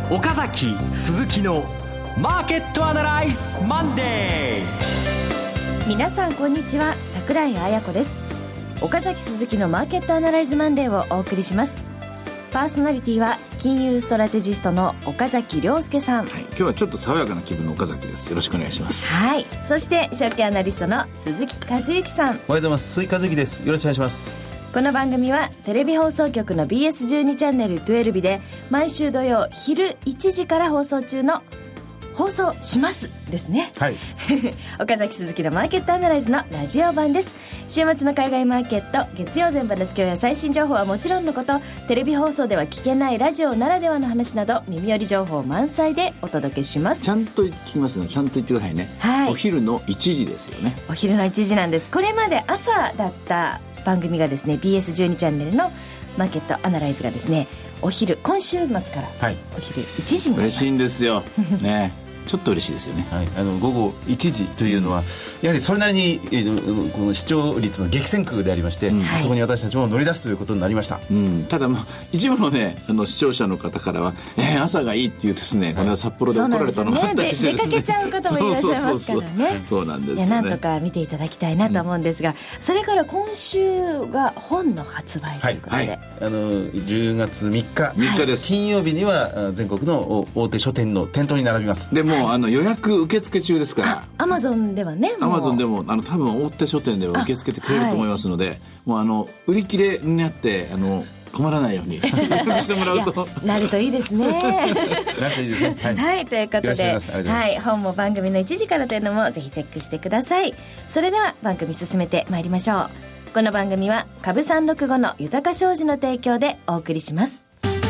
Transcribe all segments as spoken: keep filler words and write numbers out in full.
岡崎鈴木のマーケットアナライズマンデー。 皆さんこんにちは、桜井彩子です。岡崎鈴木のマーケットアナライズマンデーをお送りします。パーソナリティは金融ストラテジストの岡崎亮介さん、 はい、今日はちょっと爽やかな気分の岡崎です。よろしくお願いします。 はい、そして証券アナリストの鈴木和之さん。 おはようございます。鈴木和之です。よろしくお願いします。 この番組はテレビ放送局の ビーエスじゅうに チャンネルじゅうにで毎週土曜昼いちじから放送中の放送しますですね、 はい岡崎鈴木のマーケットアナライズのラジオ版です。週末の海外マーケット、月曜前場の市況や最新情報はもちろんのこと、テレビ放送では聞けないラジオならではの話など耳寄り情報満載でお届けします。 ちゃんと聞きますね。ちゃんと言ってくださいね、はい、お昼のいちじですよね。 お昼のいちじなんです。これまで朝だった番組がですね ビーエスじゅうに チャンネルのマーケットアナライズがですねお昼、今週末からお昼いちじになります。 嬉しいんですよねちょっと嬉しいですよね、 はい、あの午後いちじというのはやはりそれなりに、えー、この視聴率の激戦区でありまして、うん、そこに私たちも乗り出すということになりました、 うん、ただもう一部のねあの視聴者の方からは、えー、朝がいいっていうですね、はい、この札幌で怒られたのがあったりしてですね、 出かけちゃう方もいらっしゃいますからね。 そうなんですよね。 いや、なんとか見ていただきたいなと思うんですが、うん、それから今週が本の発売ということで、はいはい、 あのじゅうがつみっかみっかです。 金曜日には全国の大手書店の店頭に並びます。 でも、はい、あの予約受付中ですから。 アマゾンではね、 アマゾンでもあの多分大手書店では受け付けてくれると思いますので、はい、もうあの売り切れになってあの困らないようにしてもらうとなるといいですねなるといいですね、はい、 はい、ということで、はい、本も番組のいちじからというのもぜひチェックしてください。それでは番組進めてまいりましょう。この番組は株さんろくごの豊か商事の提供でお送りします。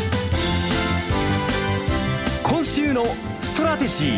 今週のストラテジー。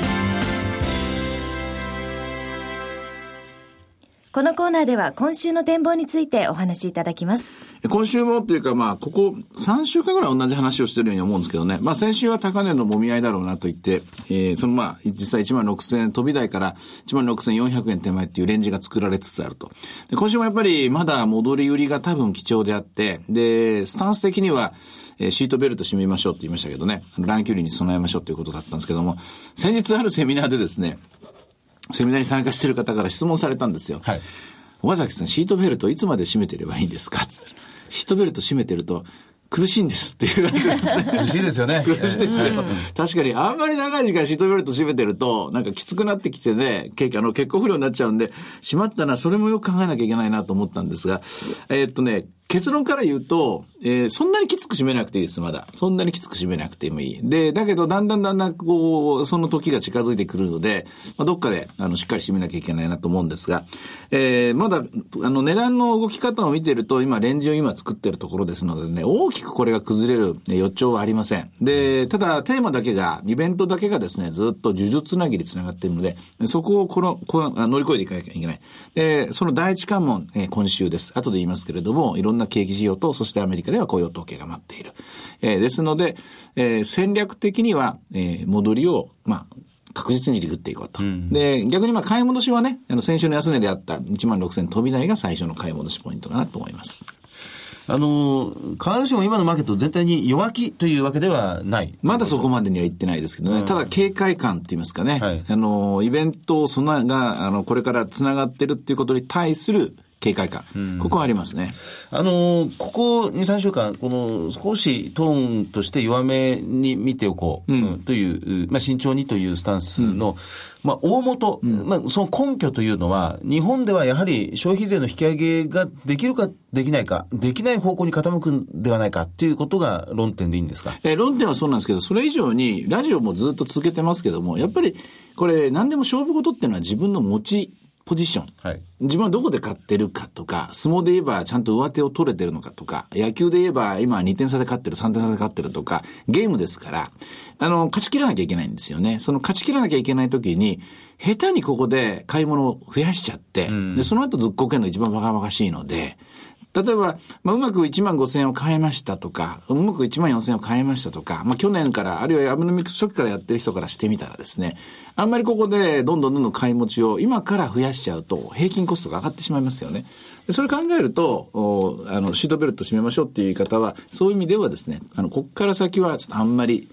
このコーナーでは今週の展望についてお話しいただきます。 今週もというか、まあ、ここさんしゅうかんぐらい同じ話をしてるように思うんですけどね。まあ、先週は高値の揉み合いだろうなと言って、えー、そのまあ、実際いちまんろくせんえん飛び台からいちまんろくせんよんひゃくえん手前っていうレンジが作られつつあると。で、今週もやっぱりまだ戻り売りが多分貴重であって、で、スタンス的には、えー、シートベルト締めましょうって言いましたけどね。乱気流に備えましょうということだったんですけども、先日あるセミナーでですね、セミナーに参加している方から質問されたんですよ。はい。岡崎さん、シートベルトいつまで締めてればいいんですか？シートベルト締めてると苦しいんですって言われてですね。 苦しいですよね。 苦しいですよ。確かにあんまり長い時間シートベルト締めてるとなんかきつくなってきてね、結あの血行不良になっちゃうんで、しまったな、それもよく考えなきゃいけないなと思ったんですが、えー、っとね、結論から言うと、えー、そんなにきつく締めなくていいです、まだ。そんなにきつく締めなくてもいい。で、だけど、だんだんだんだん、こう、その時が近づいてくるので、まあ、どっかで、あの、しっかり締めなきゃいけないなと思うんですが、えー、まだ、あの、値段の動き方を見てると、今、レンジを今作ってるところですのでね、大きくこれが崩れる予兆はありません。で、ただ、テーマだけが、イベントだけがですね、ずっと呪術つなぎにつながっているので、そこをこの、この乗り越えていかなきゃいけない。で、その第一関門、えー、今週です。後で言いますけれども、いろんな景気指標と、そしてアメリカでは雇用統計が待っている。えー、ですので、えー、戦略的には、えー、戻りを、まあ、確実にリグっていこうと。うん、で、逆にまあ、買い戻しはね、あの、先週の安値であったいちまんろくせん飛び台が最初の買い戻しポイントかなと思います。 あの、必ずしも今のマーケット全体に弱気というわけではない。 まだそこまでには言ってないですけどね。うん、ただ警戒感って言いますかね。はい、あの、イベント備えが、あの、これから繋がってるっていうことに対する警戒感、うん、ここはありますね。 あのここに、さんしゅうかんこの少しトーンとして弱めに見ておこう、うん、という、まあ、慎重にというスタンスの、うん、まあ、大元、うん、まあ、その根拠というのは日本ではやはり消費税の引き上げができるかできないか、できない方向に傾くんではないかということが論点でいいんですか？ えー、論点はそうなんですけど、それ以上にラジオもずっと続けてますけども、やっぱりこれ何でも勝負事っていうのは自分の持ちポジション、はい、自分はどこで勝ってるかとか、相撲で言えばちゃんと上手を取れてるのかとか、野球で言えば今にてん差で勝ってる、さんてん差で勝ってるとか、ゲームですから、あの、勝ち切らなきゃいけないんですよね。その勝ち切らなきゃいけない時に、下手にここで買い物を増やしちゃって、うん、で、その後ずっこけるの一番バカバカしいので、例えば、まあ、うまくいちまんごせんえんを買えましたとか、うまくいちまんよんせんえんを買えましたとか、まあ、去年から、あるいはアベノミクス初期からやってる人からしてみたらですね、あんまりここでどんどんどんどん買い持ちを今から増やしちゃうと、平均コストが上がってしまいますよね。でそれ考えると、あの、シートベルト締めましょうっていう言い方は、そういう意味ではですね、あの、ここから先はちょっとあんまり、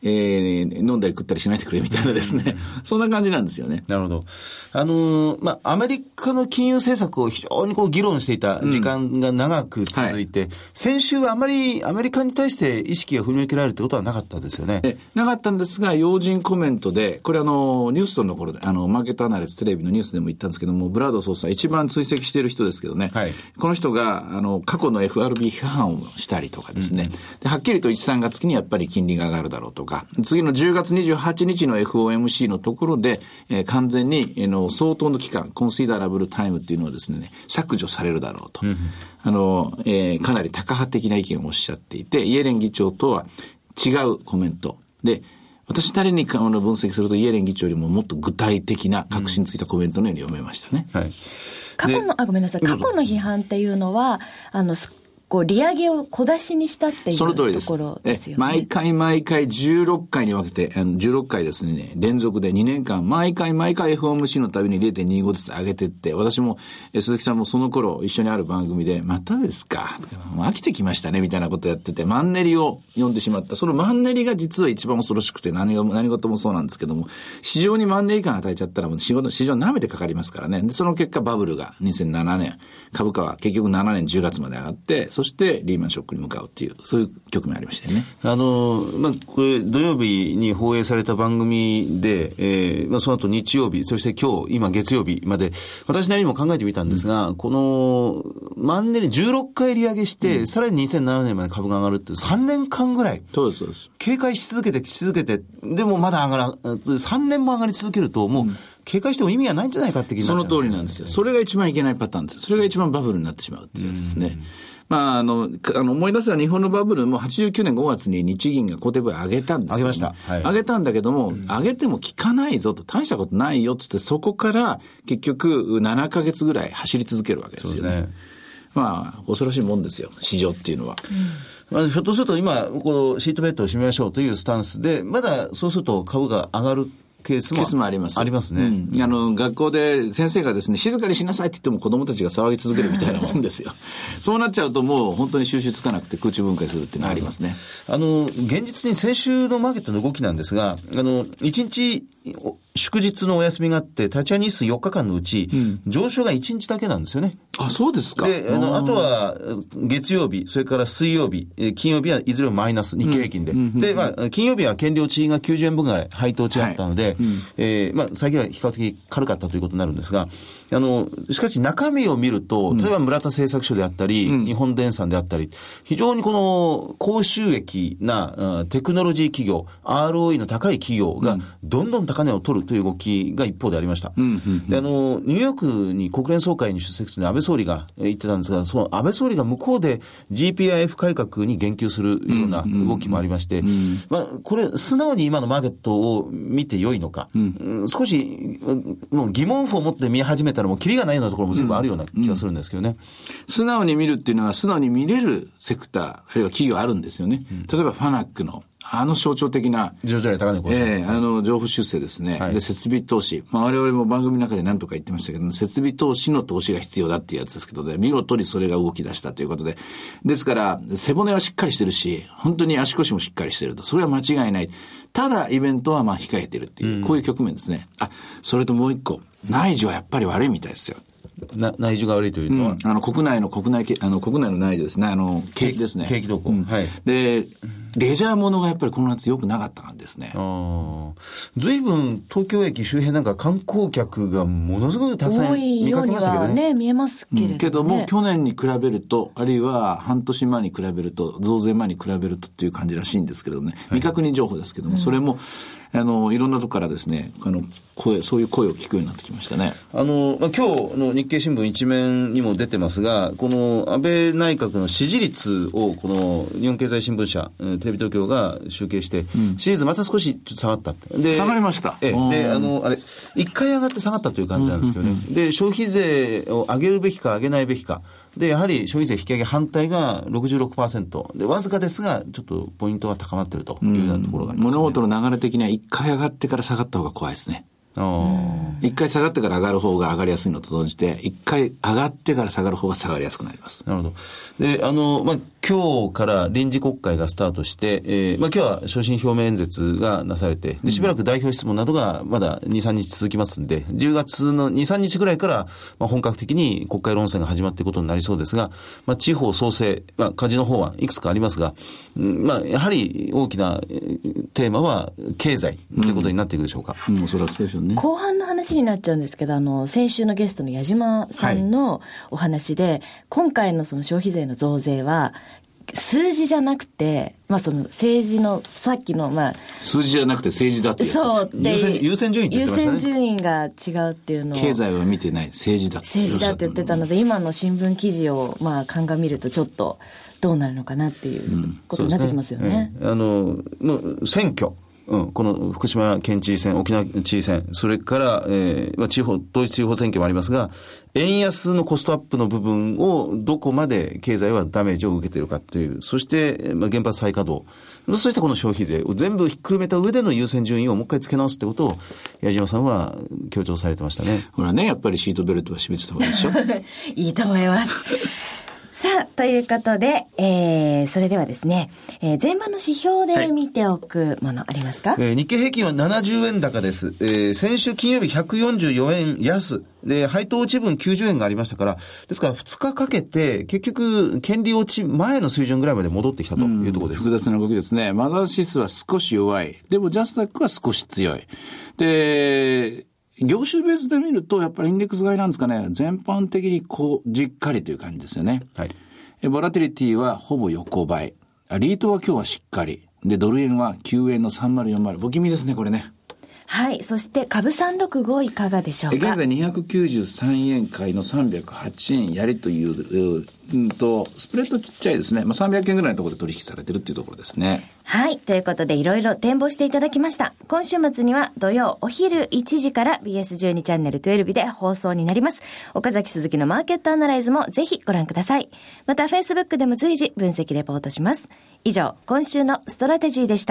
えー、飲んだり食ったりしないでくれみたいなですね、そんな感じなんですよね。 なるほど。あのー、まあ、アメリカの金融政策を非常にこう議論していた時間が長く続いて、うんはい、先週はあまりアメリカに対して意識が振り向けられるということはなかったですよね。 え、なかったんですが、要人コメントで、これあの、ニュースのところで、あの、マーケットアナリストテレビのニュースでも言ったんですけども、ブラード総裁、一番追跡している人ですけどね、はい、この人が、あの、過去の エフアールビー 批判をしたりとかですね、うん、ではっきりといち、さんがつ期にやっぱり金利が上がるだろうとか、次のじゅうがつにじゅうはちにちの エフオーエムシー のところで、えー、完全に、えー、の相当の期間、コンシダラブルタイムっていうのはですね、削除されるだろうと。うん、あの、えー、かなりタカ派的な意見をおっしゃっていて、イエレン議長とは違うコメントで、私なりに分析するとイエレン議長よりももっと具体的な確信ついたコメントのように読めましたね。うんはい、 過去の、あ、ごめんなさい。過去の批判っていうのは、あの、こう利上げを小出しにしたっていうところですよね。 毎回毎回じゅうろっかいに分けて、あのじゅうろっかいですね、連続でにねんかん、毎回毎回 エフオーエムシー のたびに ゼロてんにじゅうご ずつ上げていって、私も、え鈴木さんもその頃一緒にある番組で、またですか、もう飽きてきましたね、みたいなことやってて、マンネリを読んでしまった。そのマンネリが実は一番恐ろしくて、何が、何事もそうなんですけども、市場にマンネリ感与えちゃったら、もう仕事、市場舐めてかかりますからね。で、その結果バブルがにせんななねん、株価は結局ななねんじゅうがつまで上がって、そしてリーマンショックに向かうっていう、そういう局面ありましたよね。 あの、まあ、これ土曜日に放映された番組で、えー、まあ、その後日曜日、そして今日、今月曜日まで、私なりにも考えてみたんですが、うん、この、マンネリじゅうろっかい利上げして、うん、さらににせんななねんまで株が上がるっていうさんねんかんぐらい。 そうです、そうです。 警戒し続けて、し続けて、でもまだ上がら、さんねんも上がり続けると、もう、うん、警戒しても意味がないんじゃないかって気になっちゃう。 その通りなんですよ。それが一番いけないパターンです。それが一番バブルになってしまうっていうやつですね。まあ、あの、あの思い出せば日本のバブルもはちじゅうきゅうねんごがつに日銀が公定部上げたんですよ、ね。 上げました。はい、 上げたんだけども、うん、上げても効かないぞと、大したことないよっつって、そこから結局ななかげつぐらい走り続けるわけですよね。そうですね。まあ、恐ろしいもんですよ、市場っていうのは。 うん、まあ、ひょっとすると今、こう、シートベッドを締めましょうというスタンスで、まだそうすると株が上がるケースも, ケースもあります。 ありますね、 うん。あの、学校で先生がですね、静かにしなさいって言っても子供たちが騒ぎ続けるみたいなもんですよ。そうなっちゃうともう本当に収集つかなくて空中分解するっていうのはありますね。 あの、現実に先週のマーケットの動きなんですが、あの、いちにち祝日のお休みがあって、立ち会い日数よっかかんのうち、うん、上昇がいちにちだけなんですよね。 あ、そうですか。 で、あの、あとは月曜日、それから水曜日、金曜日はいずれもマイナス、日経平均で。うんうんうん、で、まあ、金曜日は権利地がきゅうじゅうえんぶんぐらい配当違ったので、はいうんえーまあ、最近は比較的軽かったということになるんですが、あの、しかし中身を見ると、例えば村田製作所であったり、うん、日本電産であったり、非常にこの高収益なテクノロジー企業、アールオーイー の高い企業がどんどん高値を取るという動きが一方でありました。うんうんうん、で、あの、ニューヨークに国連総会に出席する安倍総理が言ってたんですが、その安倍総理が向こうで ジーピーアイエフ 改革に言及するような動きもありまして、うんうんうんまあ、これ素直に今のマーケットを見て良いのか、うん少しもう疑問符を持って見始めたらもうキリがないようなところも全部あるような気がするんですけどね、うんうん、 素直に見るっていうのは素直に見れるセクターあるいは企業あるんですよね、うん、例えばファナックのあの象徴的な上場来高値更新、 ええー、あの情報修正ですね、はい、で設備投資、まあ、我々も番組の中で何とか言ってましたけど設備投資の投資が必要だっていうやつですけどね、見事にそれが動き出したということで、ですから背骨はしっかりしてるし本当に足腰もしっかりしてると、それは間違いない。ただイベントはまあ控えてるっていう、うん、こういう局面ですね。あ、それともう一個、内需はやっぱり悪いみたいですよ。 な内需が悪いというのは、うん、 あの国内の国内あの国内の内需ですね、あの景気ですね。 景気動向、うん、はい。 でレジャーものがやっぱりこの夏良くなかったんですね。 あずいぶん東京駅周辺なんか観光客がものすごくたくさん見かけましたけどね。多いようにはね見えますけれども、ね、 けども去年に比べるとあるいは半年前に比べると増税前に比べるとっていう感じらしいんですけれどもね、未確認情報ですけども、はい、それもあのいろんなとこからですね、あの声そういう声を聞くようになってきましたね。 あの、まあ、今日の日経新聞一面にも出てますが、この安倍内閣の支持率をこの日本経済新聞社テレビ東京が集計して、うん、支持率また少しちょっと下がった。 で下がりました。 えであのあれ一回上がって下がったという感じなんですけどね。うんうんうん、で消費税を上げるべきか上げないべきか。でやはり消費税引き上げ反対が ろくじゅうろくパーセント でわずかですがちょっとポイントが高まっているというようなところがありますね。 物事の流れ的には一回上がってから下がった方が怖いですね。 一回下がってから上がる方が上がりやすいのと同時で、一回上がってから下がる方が下がりやすくなります。 なるほど。で、あの、まあ、今日から臨時国会がスタートして、えー、まあ、今日は所信表明演説がなされて、で、しばらく代表質問などがまだに、さんにち続きますんで、じゅうがつのに、さんにちぐらいから、まあ、本格的に国会論戦が始まっていくことになりそうですが、まあ、地方創生、まあ、カジノ法案いくつかありますが、うん、まあ、やはり大きなテーマは経済ということになっていくでしょうか。 うん、うん、おそらくそうですよね。 後半の話になっちゃうんですけど、あの先週のゲストの矢島さんのお話で、はい、今回のその消費税の増税は数字じゃなくて、まあ、その政治のさっきの、まあ、 数字じゃなくて政治だってやつです。 そう優先、優先順位って言ってましたね。 優先順位が違うっていうのを、 経済は見てない、政治だって政治だって言ってたので、今の新聞記事をまあ鑑みるとちょっとどうなるのかなっていうことになってきますよね。 うん、あのもう選挙、うん、この福島県知事選、沖縄知事選、それから、えーまあ、地方、統一地方選挙もありますが、円安のコストアップの部分をどこまで経済はダメージを受けているかという、そして、まあ、原発再稼働、そしてこの消費税を全部ひっくるめた上での優先順位をもう一回付け直すってことを矢島さんは強調されてましたね。 ほらね、やっぱりシートベルトは締めてた方がいいでしょいいと思いますさあ、ということで、えー、それではですね、えー、前場の指標で見ておくものありますか？ はい、えー、日経平均はななじゅうえん高です。えー、先週金曜日ひゃくよんじゅうよえん安。で、配当落ち分きゅうじゅうえんがありましたから、ですからふつかかけて、結局、権利落ち前の水準ぐらいまで戻ってきたというところです。 複雑な動きですね。マザー指数は少し弱い。でもジャスダックは少し強い。で、業種ベースで見ると、やっぱりインデックス買いなんですかね、全般的にこう、じっかりという感じですよね。 はい。 ボラティリティはほぼ横ばい。リートは今日はしっかり。で、ドル円はきゅうえんのさんまるよんまる。不気味ですね、これね。 はい。そして株さんろくごいかがでしょうか。 現在にひゃくきゅうじゅうさんえん買いのさんびゃくはちえんやりという、うんと、スプレッドちっちゃいですね。まあ、さんびゃくえんぐらいのところで取引されてるっていうところですね。 はい。ということで、いろいろ展望していただきました。今週末には土曜お昼いちじから ビーエスじゅうに チャンネルじゅうにで放送になります。岡崎鈴木のマーケットアナライズもぜひご覧ください。また、Facebook でも随時分析レポートします。以上、今週のストラテジーでした。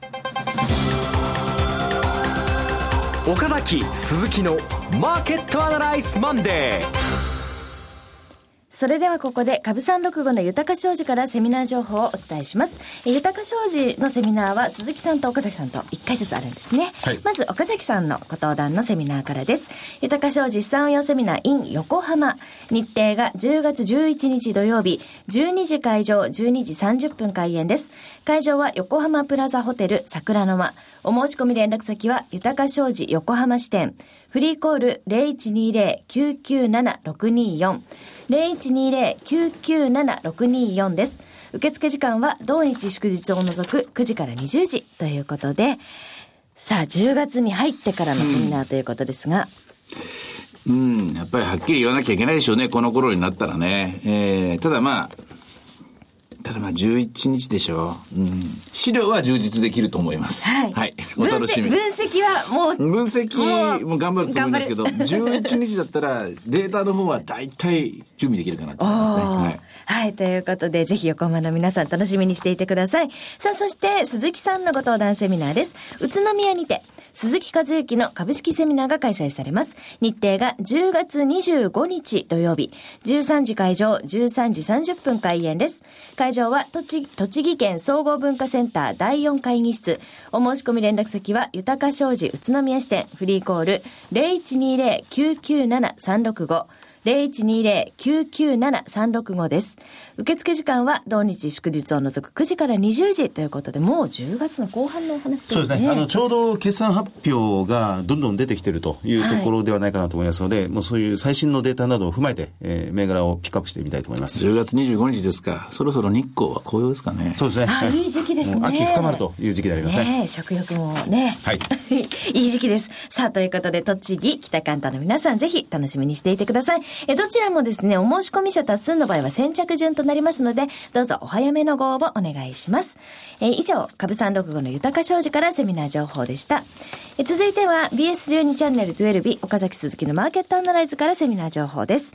岡崎鈴木のマーケットアナライズマンデー。 それではここで株さんろくごの豊商事からセミナー情報をお伝えします。豊商事のセミナーは鈴木さんと岡崎さんといっかいずつあるんですね。はい、まず岡崎さんのご登壇のセミナーからです。豊商事資産運用セミナー in 横浜。日程がじゅうがつじゅういちにち土曜日、じゅうにじ会場、じゅうにじさんじゅっぷん開演です。会場は横浜プラザホテル桜の間。お申し込み連絡先は豊商事横浜支店。フリーコール ゼロいちにゼロ きゅうきゅうなな ろくにーよん ゼロいちにゼロ きゅうきゅうなな ろくにーよん です。受付時間は同日祝日を除くくじからにじゅうじということで、さあじゅうがつに入ってからのセミナーということですが、 うん、うん、やっぱりはっきり言わなきゃいけないでしょうね、この頃になったらね。えー、ただまあただまあじゅういちにちでしょう、うん、資料は充実できると思います。はい、はい、お楽しみ。 分析はもう分析も頑張るつもりですけど、じゅういちにちだったらデータの方は大体準備できるかなと思いますね。はい、 はい、ということでぜひ横浜の皆さん楽しみにしていてください。さあ、そして鈴木さんのご登壇セミナーです。宇都宮にて鈴木和之の株式セミナーが開催されます。日程がじゅうがつにじゅうごにち土曜日、じゅうさんじ会場、じゅうさんじさんじゅっぷん開演です。会場は栃木、栃木県総合文化センターだいよん会議室。お申し込み連絡先は豊商事宇都宮支店。フリーコール ゼロいちにゼロ きゅうきゅうなな さんろくご ゼロいちにゼロ きゅうきゅうなな さんろくご です。受付時間は同日祝日を除くくじからにじゅうじということで、もうじゅうがつの後半のお話ですね。 そうですね。あのちょうど決算発表がどんどん出てきているというところではないかなと思いますので、はい、もうそういう最新のデータなどを踏まえて、えー、銘柄をピックアップしてみたいと思います。 じゅうがつにじゅうごにちですか。そろそろ日光は紅葉ですかね。 そうですね。 あ、いい時期ですね。 秋深まるという時期でありますね。 ね、食欲もね。はい。いい時期です。さあ、ということで栃木北関東の皆さんぜひ楽しみにしていてください。えどちらもですね、お申し込み者多数の場合は先着順となりますので、どうぞお早めのご応募お願いします。え以上、株さんろくごの豊商事からセミナー情報でした。え続いては ビーエスじゅうに チャンネルじゅうに岡崎鈴木のマーケットアナライズからセミナー情報です。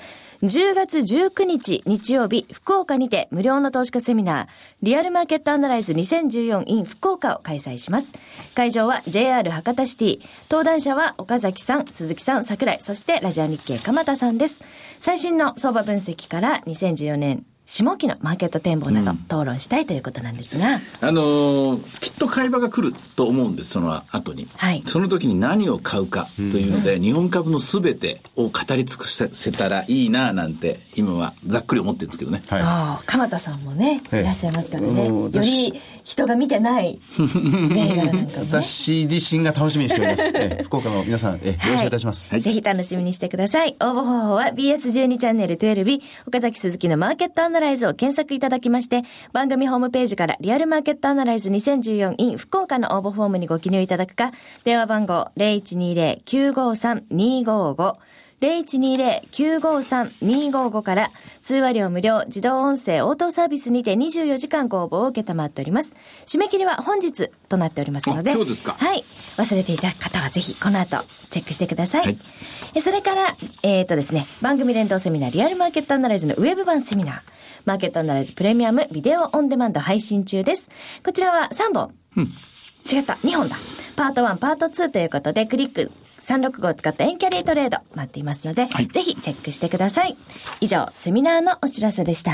じゅうがつじゅうくにち日曜日、福岡にて無料の投資家セミナー、リアルマーケットアナライズにせんじゅうよん in 福岡を開催します。会場は ジェイアール 博多シティ。登壇者は岡崎さん、鈴木さん、桜井、そしてラジオ日経鎌田さんです。最新の相場分析からにせんじゅうよねん下期のマーケット展望など討論したいということなんですが、 うん、あのー、きっと買い場が来ると思うんです。その後に、はい、その時に何を買うかというので、うん、日本株の全てを語り尽くせたらいいななんて今はざっくり思ってるんですけどね、 はい、ああ、鎌田さんもねいらっしゃいますからね、より人が見てない銘柄なんかもね私自身が楽しみにしております、え福岡の皆さん、えよろしくお願いいたします、 はい、ぜひ楽しみにしてください。応募方法は ビーエスじゅうに チャンネルじゅうにビー岡崎鈴木のマーケットアナライズを検索いただきまして、番組ホームページからリアルマーケットアナライズにせんじゅうよん in 福岡の応募フォームにご記入いただくか、電話番号 ゼロいちにゼロ きゅうごさん にごご ゼロいちにゼロ きゅうごさん にごご から通話料無料自動音声応答サービスにてにじゅうよじかんご応募を受けたまっております。締め切りは本日となっておりますので、 今日ですか。 はい、忘れていた方はぜひこの後チェックしてください、はい、えそれからえっとですね番組連動セミナーリアルマーケットアナライズのウェブ版セミナーマーケットアナライズプレミアムビデオオンデマンド配信中です。こちらはさんぼん、うん、違ったにほんだ、パートワンパートツーということでクリックさんろくごを使ったエンキャリートレード待っていますので、はい、ぜひチェックしてください。以上セミナーのお知らせでした。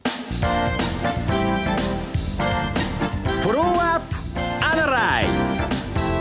フォローアップアナライズ。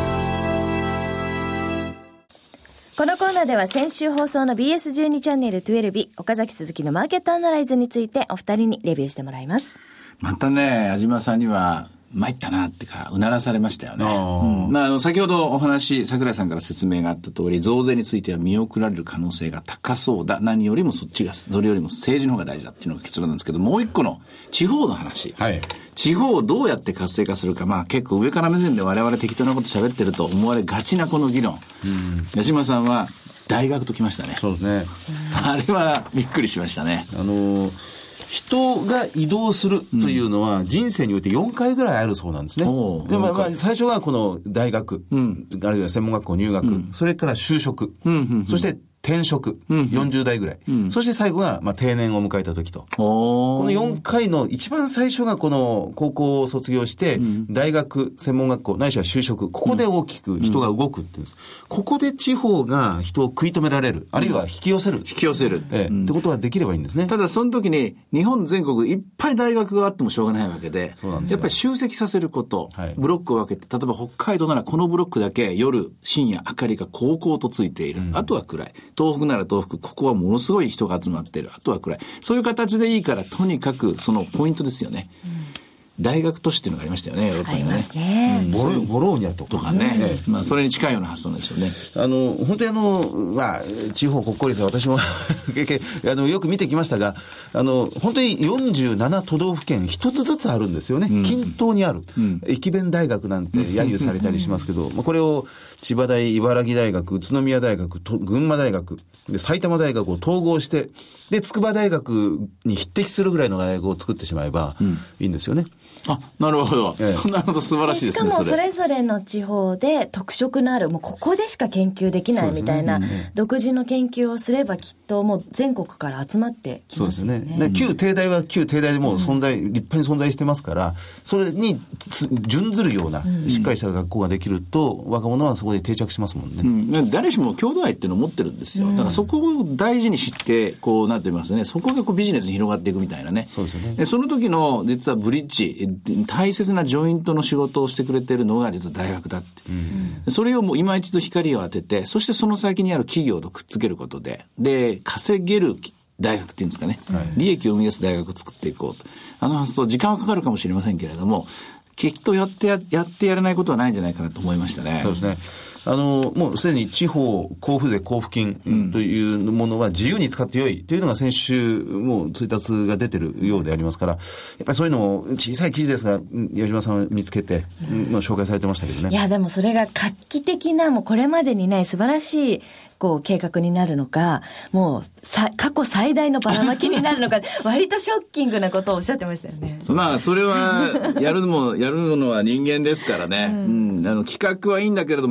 このコーナーでは先週放送の ビーエスじゅうに チャンネルじゅうに岡崎鈴木のマーケットアナライズについてお二人にレビューしてもらいます。 またね、安島さんには参ったなってかうならされましたよね。うん、まあ、あの先ほどお話桜井さんから説明があった通り、増税については見送られる可能性が高そうだ、何よりもそっちがそれよりも政治の方が大事だっていうのが結論なんですけど、もう一個の地方の話、はい、地方をどうやって活性化するか、まあ結構上から目線で我々適当なこと喋ってると思われがちなこの議論、うん、八嶋さんは大学ときましたね。 そうですね。 あれはびっくりしましたね。 あのー人が移動するというのは人生においてよんかいぐらいあるそうなんですね。うん、でまあまあ、最初はこの大学、うん、あるいは専門学校入学、うん、それから就職、うんうんうん、そして転職、うんうん、よんじゅう代ぐらい、うん、そして最後が、まあ、定年を迎えた時と、このよんかいの一番最初がこの高校を卒業して、うん、大学専門学校ないしは就職、ここで大きく人が動くっていうんです、うん、ここで地方が人を食い止められる、あるいは引き寄せる、 引き寄せる、 ええ、うん、ってことができればいいんですね。 ただその時に日本全国いっぱい大学があってもしょうがないわけで、そうなんですよ。やっぱり集積させること、はい、ブロックを分けて、例えば北海道ならこのブロックだけ夜深夜明かりがこうこうとついている、うん、あとは暗い、東北なら東北、ここはものすごい人が集まっている、あとは暗い、そういう形でいいから、とにかくそのポイントですよね、うん、大学都市っていうのがありましたよね、ヨーロッパにはね。ありますね、うん、ボロ、ボローニャとか、とかね、ええ、まあ、それに近いような発想なんでしょうね。 あの本当にあの、まあ、地方国公立は私もあのよく見てきましたが、あの本当によんじゅうなな都道府県一つずつあるんですよね、うん、均等にある、うん、駅弁大学なんて揶揄されたりしますけど、まあ、これを千葉大、茨城大学、宇都宮大学、群馬大学で埼玉大学を統合して、で筑波大学に匹敵するぐらいの大学を作ってしまえばいいんですよね、 うん、あ、なるほど、ええ、なるほど、素晴らしいですね。 しかもそれぞれの地方で特色のある、もうここでしか研究できないみたいな、ね、独自の研究をすればきっともう全国から集まってきますよね。そうですね。で旧帝大は旧帝大でもう存在、うん、立派に存在してますから、それに準ずるようなしっかりした学校ができると、うん、若者はそこで定着しますもんね、 うん、誰しも郷土愛っていうのを持ってるんですよ、うん、だからそこを大事に知ってこうなってますね。そこがこうビジネスに広がっていくみたいなね。 そうですよね。 でその時の実はブリッジ、大切なジョイントの仕事をしてくれてるのが実は大学だって、うん、それをもう今一度光を当てて、そしてその先にある企業とくっつけることで、で稼げる大学っていうんですかね、はい、利益を生み出す大学を作っていこうと。あの発想時間はかかるかもしれませんけれども、きっとやってや、やってやらないことはないんじゃないかなと思いましたね。 そうですね。あの、もうすでに地方交付税交付金というものは自由に使ってよいというのが先週もう通達が出てるようでありますから、やっぱりそういうのも小さい記事ですが、矢島さん見つけて、うん、紹介されてましたけどね。 いや、でもそれが画期的な、もうこれまでにない素晴らしいこう計画になるのか、もうさ過去最大のばらまきになるのか割とショッキングなことをおっしゃってましたよね。 まあそれはやるのもやるのは人間ですからね、うんうん、あの企画はいいんだけれどもやってみた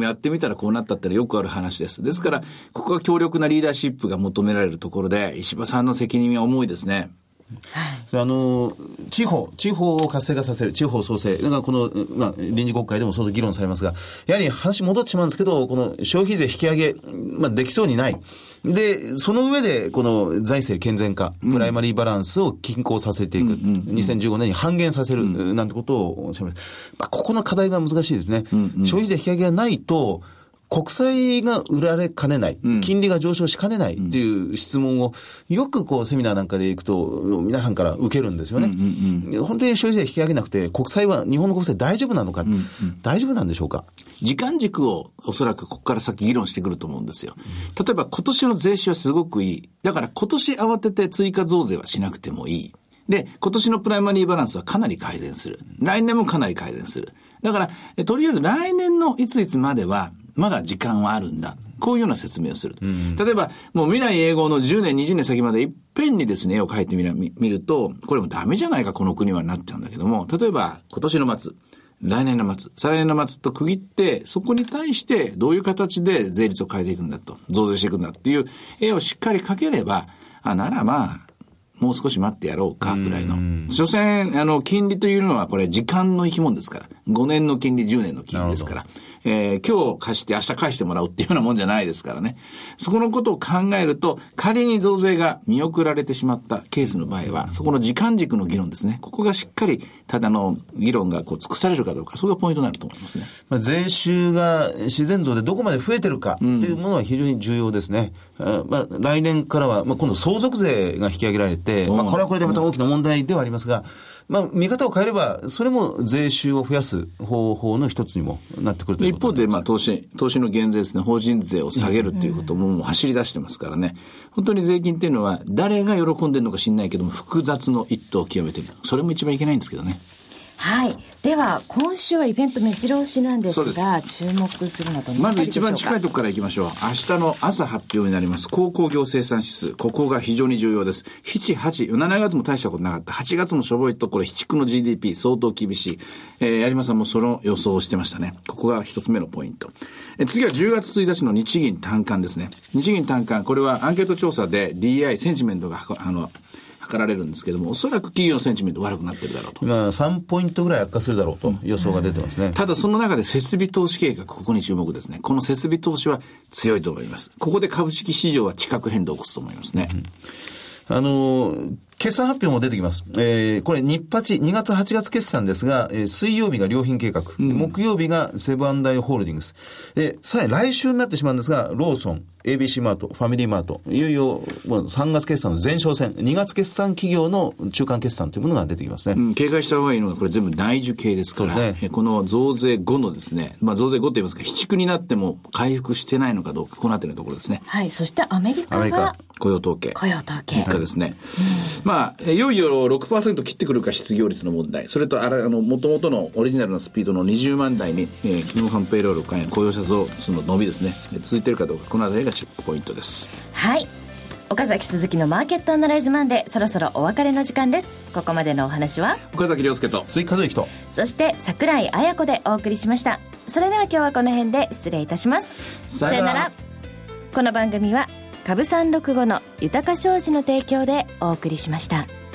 たらこうなったってのはよくある話です。ですから、ここは強力なリーダーシップが求められるところで、石破さんの責任は重いですね。 それあの地方地方を活性化させる地方創生がこの、まあ、臨時国会でも相当議論されますが、やはり話戻ってしまうんですけど、この消費税引き上げ、まあ、できそうにないで、その上でこの財政健全化、プライマリーバランスを均衡させていく、うんうんうん、にせんじゅうごねんに半減させる、うん、なんてことをおっしゃいます。まあ、ここの課題が難しいですね、うんうん、消費税引き上げがないと国債が売られかねない、うん、金利が上昇しかねないっていう質問をよくこうセミナーなんかで行くと皆さんから受けるんですよね、うんうんうん、本当に消費税引き上げなくて国債は日本の国債大丈夫なのか、うんうん、大丈夫なんでしょうか。 時間軸をおそらくここから先議論してくると思うんですよ。例えば今年の税収はすごくいい。だから今年慌てて追加増税はしなくてもいい。で、今年のプライマリーバランスはかなり改善する。来年もかなり改善する。だから、とりあえず来年のいついつまではまだ時間はあるんだ。こういうような説明をする。うん、例えば、もう未来永劫のじゅうねん、にじゅうねん先までいっぺんにですね、絵を描いてみる、見ると、これもダメじゃないか、この国はなっちゃうんだけども、例えば、今年の末、来年の末、再来年の末と区切って、そこに対してどういう形で税率を変えていくんだと、増税していくんだっていう絵をしっかり描ければ、あ、ならまあ、もう少し待ってやろうかぐらいの。所詮、あの、金利というのはこれ時間の生き物ですから。ごねんの金利、じゅうねんの金利ですから。えー、今日貸して明日返してもらうっていうようなもんじゃないですからね。そこのことを考えると、仮に増税が見送られてしまったケースの場合は、そこの時間軸の議論ですね。ここがしっかり、ただの議論がこう尽くされるかどうか、それがポイントになると思いますね。 まあ、税収が自然増でどこまで増えてるかというものは非常に重要ですね。うん、まあ、来年からは、まあ、今度相続税が引き上げられて、まあ、これはこれでまた大きな問題ではありますが、まあ、見方を変えれば、それも税収を増やす方法の一つにもなってくるということ一方で、まあ、投資、投資の減税ですね、法人税を下げるということももう走り出してますからね。本当に税金っていうのは、誰が喜んでるのか知んないけども、複雑の一途を極めている。それも一番いけないんですけどね。 はい。では、今週はイベント目白押しなんですが、注目するのはどのあたりでしょうか。 まず一番近いところからいきましょう。明日の朝発表になります鉱工業生産指数。ここが非常に重要です。なな、はち、しちがつも大したことなかった。はちがつもしょぼいと、これ、地区の ジーディーピー 相当厳しい。えー、矢島さんもその予想をしてましたね。ここが一つ目のポイント。えー、次はじゅうがつついたちの日銀短観ですね。日銀短観、これはアンケート調査で ディーアイ、センチメントが、あの、測られるんですけども、おそらく企業のセンチメント悪くなってるだろうと。 今さんポイントぐらい悪化するだろうと予想が出てますね。 ただその中で設備投資計画、ここに注目ですね。この設備投資は強いと思います。ここで株式市場は地殻変動を起こすと思いますね。 うん、あのー決算発表も出てきます。えー、これ日八、にがつはちがつ決算ですが、えー、水曜日が良品計画、うん、木曜日がセブン&アイホールディングス。で、さらに来週になってしまうんですが、ローソン、エービーシー マート、ファミリーマート、いよいよもうさんがつ決算の前哨戦、にがつ決算企業の中間決算というものが出てきますね。 うん、警戒した方がいいのが、これ全部内需系ですから、ね、この増税後のですね、まあ増税後と言いますか、非畜になっても回復してないのかどうか、このあたりのところですね。 はい、そしてアメリカが、アメリカ雇用統計。 雇用統計。 みっかですね。うん、まあ、いよいよろくパーセント 切ってくるか失業率の問題。それと、あの、元々のオリジナルのスピードのにじゅうまん台に、えー、企業間ペイロール関連雇用者数の伸びですね。続いているかどうか、このあたりがチェックポイントです。 はい。岡崎鈴木のマーケットアナライズマンデー、そろそろお別れの時間です。ここまでのお話は岡崎亮介と鈴木和之と、 そして櫻井彩子でお送りしました。それでは今日はこの辺で失礼いたします。 さよなら。 この番組は株さんろくごの豊か商事の提供でお送りしました。